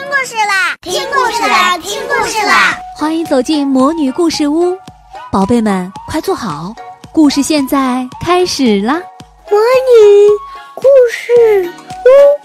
故事啦！听故事啦！听故事啦！ 欢迎走进魔女故事屋，宝贝们快坐好，故事现在开始啦！ 魔女故事屋。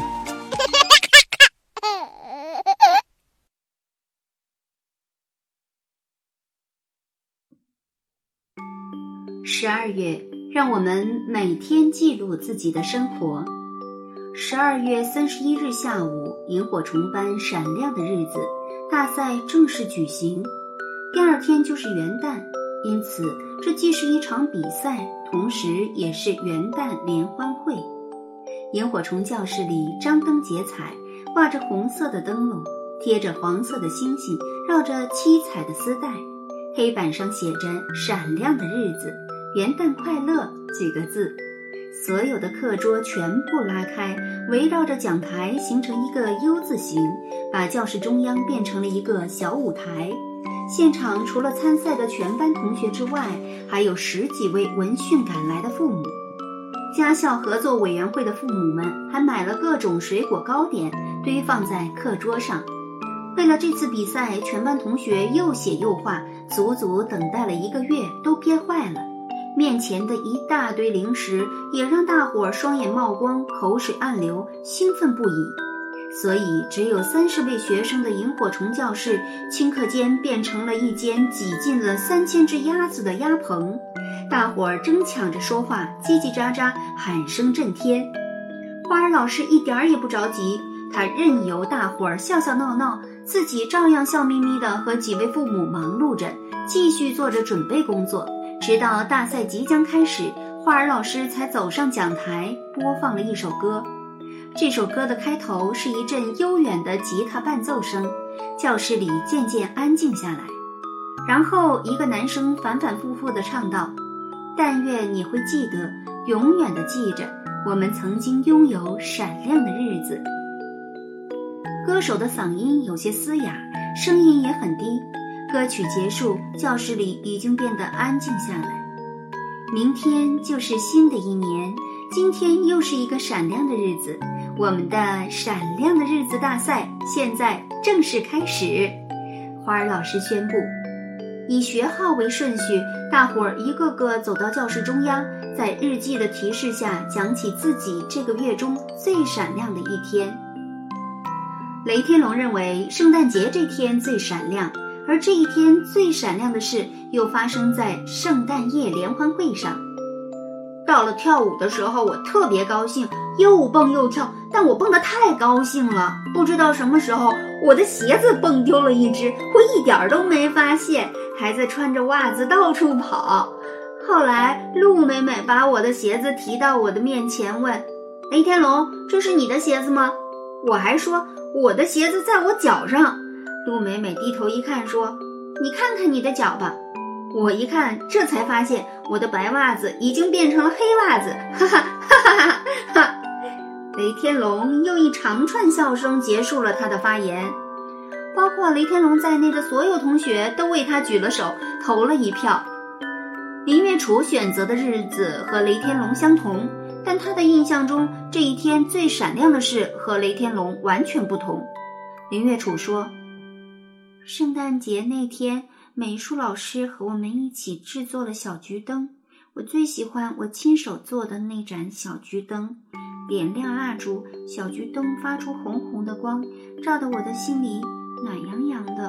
12月，让我们每天记录自己的生活。12月31日下午，萤火虫般闪亮的日子，大赛正式举行。第二天就是元旦，因此这既是一场比赛，同时也是元旦联欢会。萤火虫教室里张灯结彩，挂着红色的灯笼，贴着黄色的星星，绕着七彩的丝带，黑板上写着闪亮的日子，元旦快乐几个字。所有的课桌全部拉开，围绕着讲台形成一个 U 字形，把教室中央变成了一个小舞台。现场除了参赛的全班同学之外，还有10几位闻讯赶来的父母。家校合作委员会的父母们还买了各种水果糕点，堆放在课桌上。为了这次比赛，全班同学又写又画，足足等待了1个月，都憋坏了。面前的一大堆零食也让大伙儿双眼冒光，口水暗流，兴奋不已。所以只有30位学生的萤火虫教室顷刻间变成了一间挤进了3000只鸭子的鸭棚，大伙儿争抢着说话，叽叽喳喳，喊声震天。花儿老师一点儿也不着急，他任由大伙儿笑笑闹闹，自己照样笑眯眯地和几位父母忙碌着，继续做着准备工作。直到大赛即将开始，花儿老师才走上讲台，播放了一首歌。这首歌的开头是一阵悠远的吉他伴奏声，教室里渐渐安静下来。然后一个男生反反复复地唱道：但愿你会记得，永远地记着，我们曾经拥有闪亮的日子。歌手的嗓音有些嘶哑，声音也很低。歌曲结束，教室里已经变得安静下来。明天就是新的一年，今天又是一个闪亮的日子，我们的闪亮的日子大赛现在正式开始。花儿老师宣布，以学号为顺序，大伙儿一个个走到教室中央，在日记的提示下讲起自己这个月中最闪亮的一天。雷天龙认为圣诞节这天最闪亮，而这一天最闪亮的事又发生在圣诞夜联欢会上。到了跳舞的时候，我特别高兴，又蹦又跳，但我蹦得太高兴了，不知道什么时候我的鞋子蹦丢了一只，我一点都没发现，还在穿着袜子到处跑。后来陆美美把我的鞋子提到我的面前问：雷天龙，这是你的鞋子吗？我还说我的鞋子在我脚上。陆美美低头一看说：你看看你的脚吧。我一看，这才发现我的白袜子已经变成了黑袜子，哈哈哈哈哈哈！雷天龙用一长串笑声结束了他的发言。包括雷天龙在内的所有同学都为他举了手，投了一票。林月楚选择的日子和雷天龙相同，但他的印象中这一天最闪亮的事和雷天龙完全不同。林月楚说：圣诞节那天，美术老师和我们一起制作了小桔灯，我最喜欢我亲手做的那盏小桔灯。点亮蜡烛，小桔灯发出红红的光，照得我的心里暖洋洋的。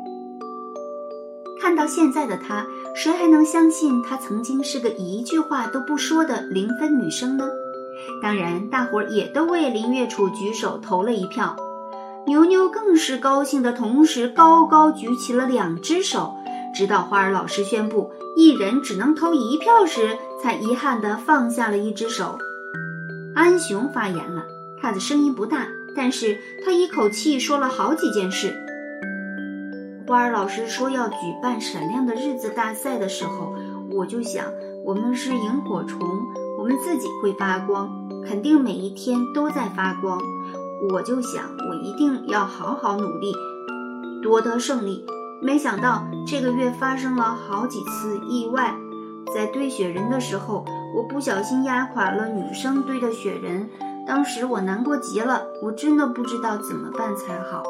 看到现在的她，谁还能相信她曾经是个一句话都不说的零分女生呢？当然，大伙儿也都为林月楚举手投了一票。牛牛更是高兴的同时高高举起了2只手，直到花儿老师宣布一人只能投1票时，才遗憾地放下了1只手。安雄发言了，他的声音不大，但是他一口气说了好几件事。花儿老师说要举办闪亮的日子大赛的时候，我就想，我们是萤火虫，我们自己会发光，肯定每一天都在发光。我就想，我一定要好好努力，夺得胜利。没想到这个月发生了好几次意外，在堆雪人的时候，我不小心压垮了女生堆的雪人，当时我难过极了，我真的不知道怎么办才好。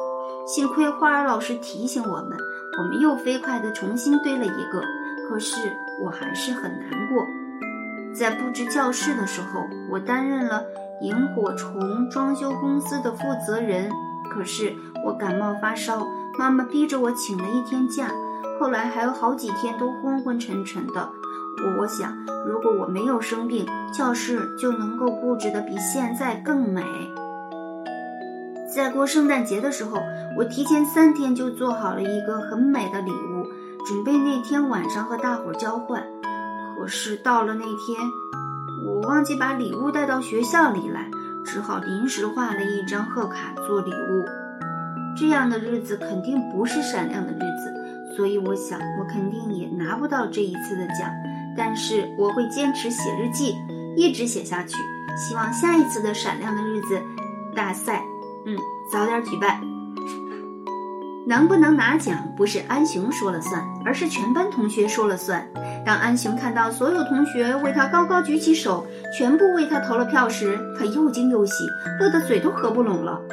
幸亏花儿老师提醒我们又飞快地重新堆了一个，可是我还是很难过。在布置教室的时候，我担任了萤火虫装修公司的负责人，可是我感冒发烧，妈妈逼着我请了1天假，后来还有好几天都昏昏沉沉的。我想，如果我没有生病，教室就能够布置得比现在更美。在过圣诞节的时候，我提前3天就做好了一个很美的礼物，准备那天晚上和大伙儿交换。可是到了那天，我忘记把礼物带到学校里来，只好临时画了一张贺卡做礼物。这样的日子肯定不是闪亮的日子，所以我想我肯定也拿不到这一次的奖，但是我会坚持写日记，一直写下去，希望下一次的闪亮的日子大赛早点举办。能不能拿奖不是安雄说了算，而是全班同学说了算。当安雄看到所有同学为他高高举起手，全部为他投了票时，他又惊又喜，乐得嘴都合不拢了。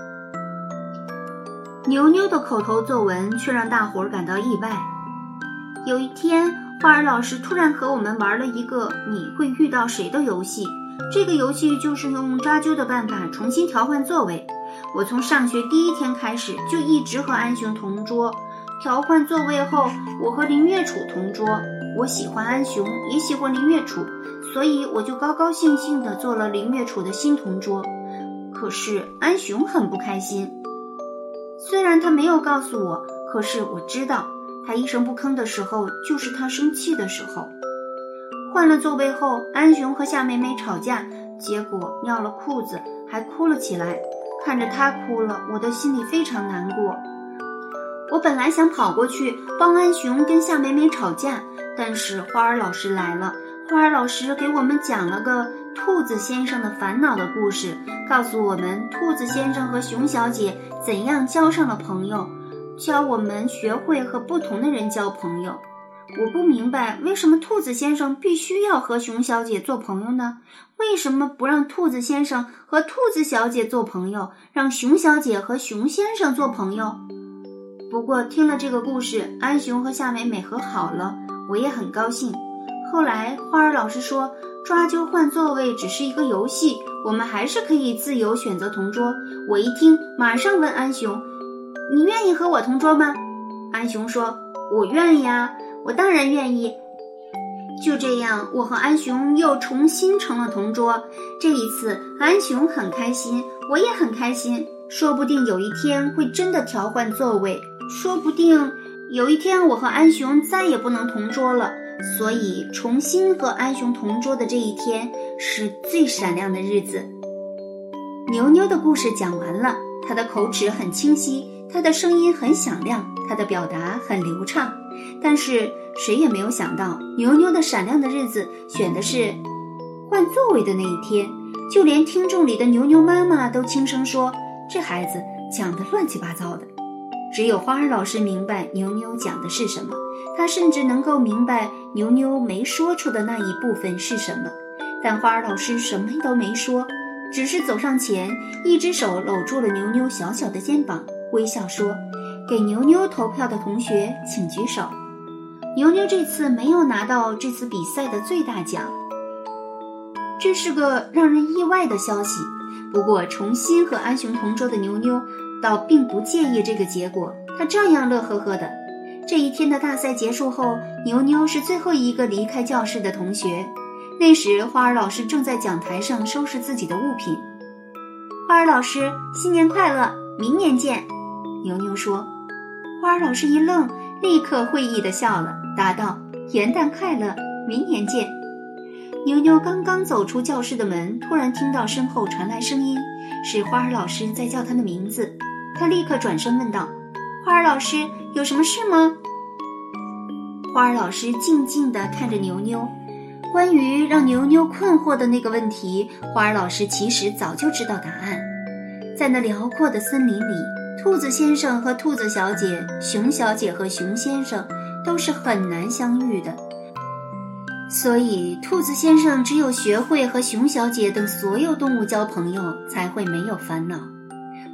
牛牛的口头作文却让大伙儿感到意外。有一天，花儿老师突然和我们玩了一个你会遇到谁的游戏。这个游戏就是用抓阄的办法重新调换座位。我从上学第1天开始就一直和安雄同桌，调换座位后，我和林月楚同桌。我喜欢安雄，也喜欢林月楚，所以我就高高兴兴地做了林月楚的新同桌。可是安雄很不开心，虽然他没有告诉我，可是我知道，他一声不吭的时候，就是他生气的时候。换了座位后，安雄和夏美美吵架，结果尿了裤子，还哭了起来。看着他哭了，我的心里非常难过。我本来想跑过去帮安雄跟夏美美吵架，但是花儿老师来了。花儿老师给我们讲了个兔子先生的烦恼的故事，告诉我们兔子先生和熊小姐怎样交上了朋友，教我们学会和不同的人交朋友。我不明白为什么兔子先生必须要和熊小姐做朋友呢？为什么不让兔子先生和兔子小姐做朋友，让熊小姐和熊先生做朋友？不过听了这个故事，安雄和夏美美和好了，我也很高兴。后来花儿老师说，抓阄换座位只是一个游戏，我们还是可以自由选择同桌。我一听，马上问安雄，你愿意和我同桌吗？安雄说，我愿意啊，我当然愿意。就这样，我和安雄又重新成了同桌。这一次，安雄很开心，我也很开心。说不定有一天会真的调换座位，说不定有一天我和安雄再也不能同桌了。所以，重新和安雄同桌的这一天是最闪亮的日子。牛牛的故事讲完了，他的口齿很清晰，他的声音很响亮，他的表达很流畅。但是谁也没有想到，牛牛的闪亮的日子选的是换座位的那一天。就连听众里的牛牛妈妈都轻声说，这孩子讲得乱七八糟的。只有花儿老师明白牛牛讲的是什么，他甚至能够明白牛牛没说出的那一部分是什么。但花儿老师什么都没说，只是走上前，一只手搂住了牛牛小小的肩膀，微笑说，给牛牛投票的同学请举手。牛牛这次没有拿到这次比赛的最大奖，这是个让人意外的消息。不过重新和安雄同桌的牛牛倒并不介意这个结果，他照样乐呵呵的。这一天的大赛结束后，牛牛是最后一个离开教室的同学。那时花儿老师正在讲台上收拾自己的物品。花儿老师，新年快乐，明年见。牛牛说。花儿老师一愣，立刻会意地笑了，答道，元旦快乐，明年见。牛牛刚刚走出教室的门，突然听到身后传来声音，是花儿老师在叫他的名字。他立刻转身问道，花儿老师，有什么事吗？花儿老师静静地看着牛牛。关于让牛牛困惑的那个问题，花儿老师其实早就知道答案。在那辽阔的森林里，兔子先生和兔子小姐，熊小姐和熊先生都是很难相遇的。所以兔子先生只有学会和熊小姐等所有动物交朋友，才会没有烦恼。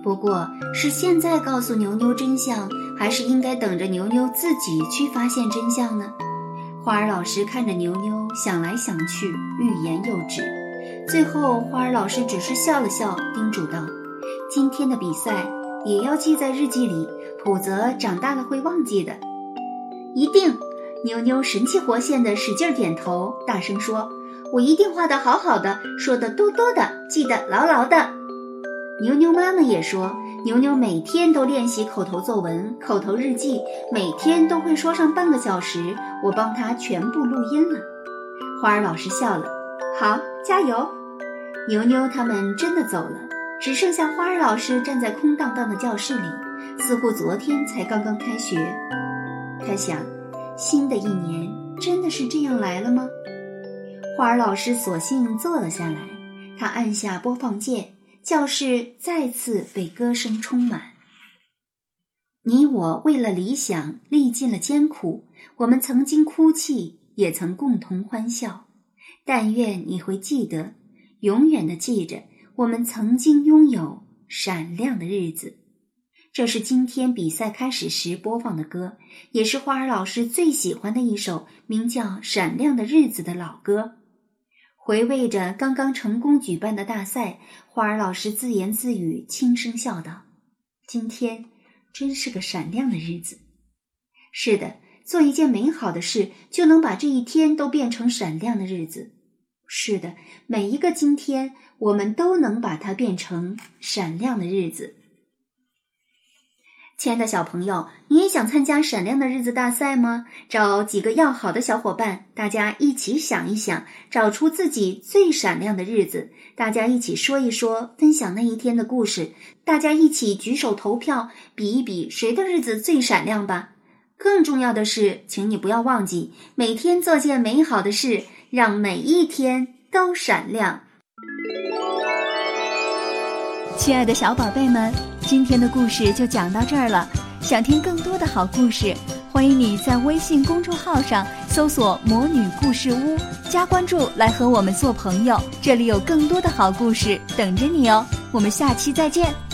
不过是现在告诉牛牛真相，还是应该等着牛牛自己去发现真相呢？花儿老师看着牛牛，想来想去，欲言又止。最后花儿老师只是笑了笑，叮嘱道：今天的比赛也要记在日记里，否则长大了会忘记的。一定！牛牛神气活现的使劲点头，大声说：我一定画得好好的，说得多多的，记得牢牢的。牛牛妈妈也说，牛牛每天都练习口头作文、口头日记，每天都会说上半个小时，我帮他全部录音了。花儿老师笑了，好，加油！牛牛他们真的走了，只剩下花儿老师站在空荡荡的教室里，似乎昨天才刚刚开学。他想，新的一年真的是这样来了吗？花儿老师索性坐了下来，他按下播放键，教室再次被歌声充满。你我为了理想历尽了艰苦，我们曾经哭泣，也曾共同欢笑。但愿你会记得，永远地记着，我们曾经拥有闪亮的日子。这是今天比赛开始时播放的歌，也是花儿老师最喜欢的一首名叫《闪亮的日子》的老歌。回味着刚刚成功举办的大赛，花儿老师自言自语，轻声笑道：今天真是个闪亮的日子。是的，做一件美好的事，就能把这一天都变成闪亮的日子。是的，每一个今天，我们都能把它变成闪亮的日子。亲爱的小朋友，你也想参加闪亮的日子大赛吗？找几个要好的小伙伴，大家一起想一想，找出自己最闪亮的日子，大家一起说一说，分享那一天的故事，大家一起举手投票，比一比谁的日子最闪亮吧。更重要的是，请你不要忘记，每天做件美好的事，让每一天都闪亮。 亲爱的小宝贝们，今天的故事就讲到这儿了。想听更多的好故事，欢迎你在微信公众号上搜索魔女故事屋，加关注来和我们做朋友，这里有更多的好故事等着你哦。我们下期再见。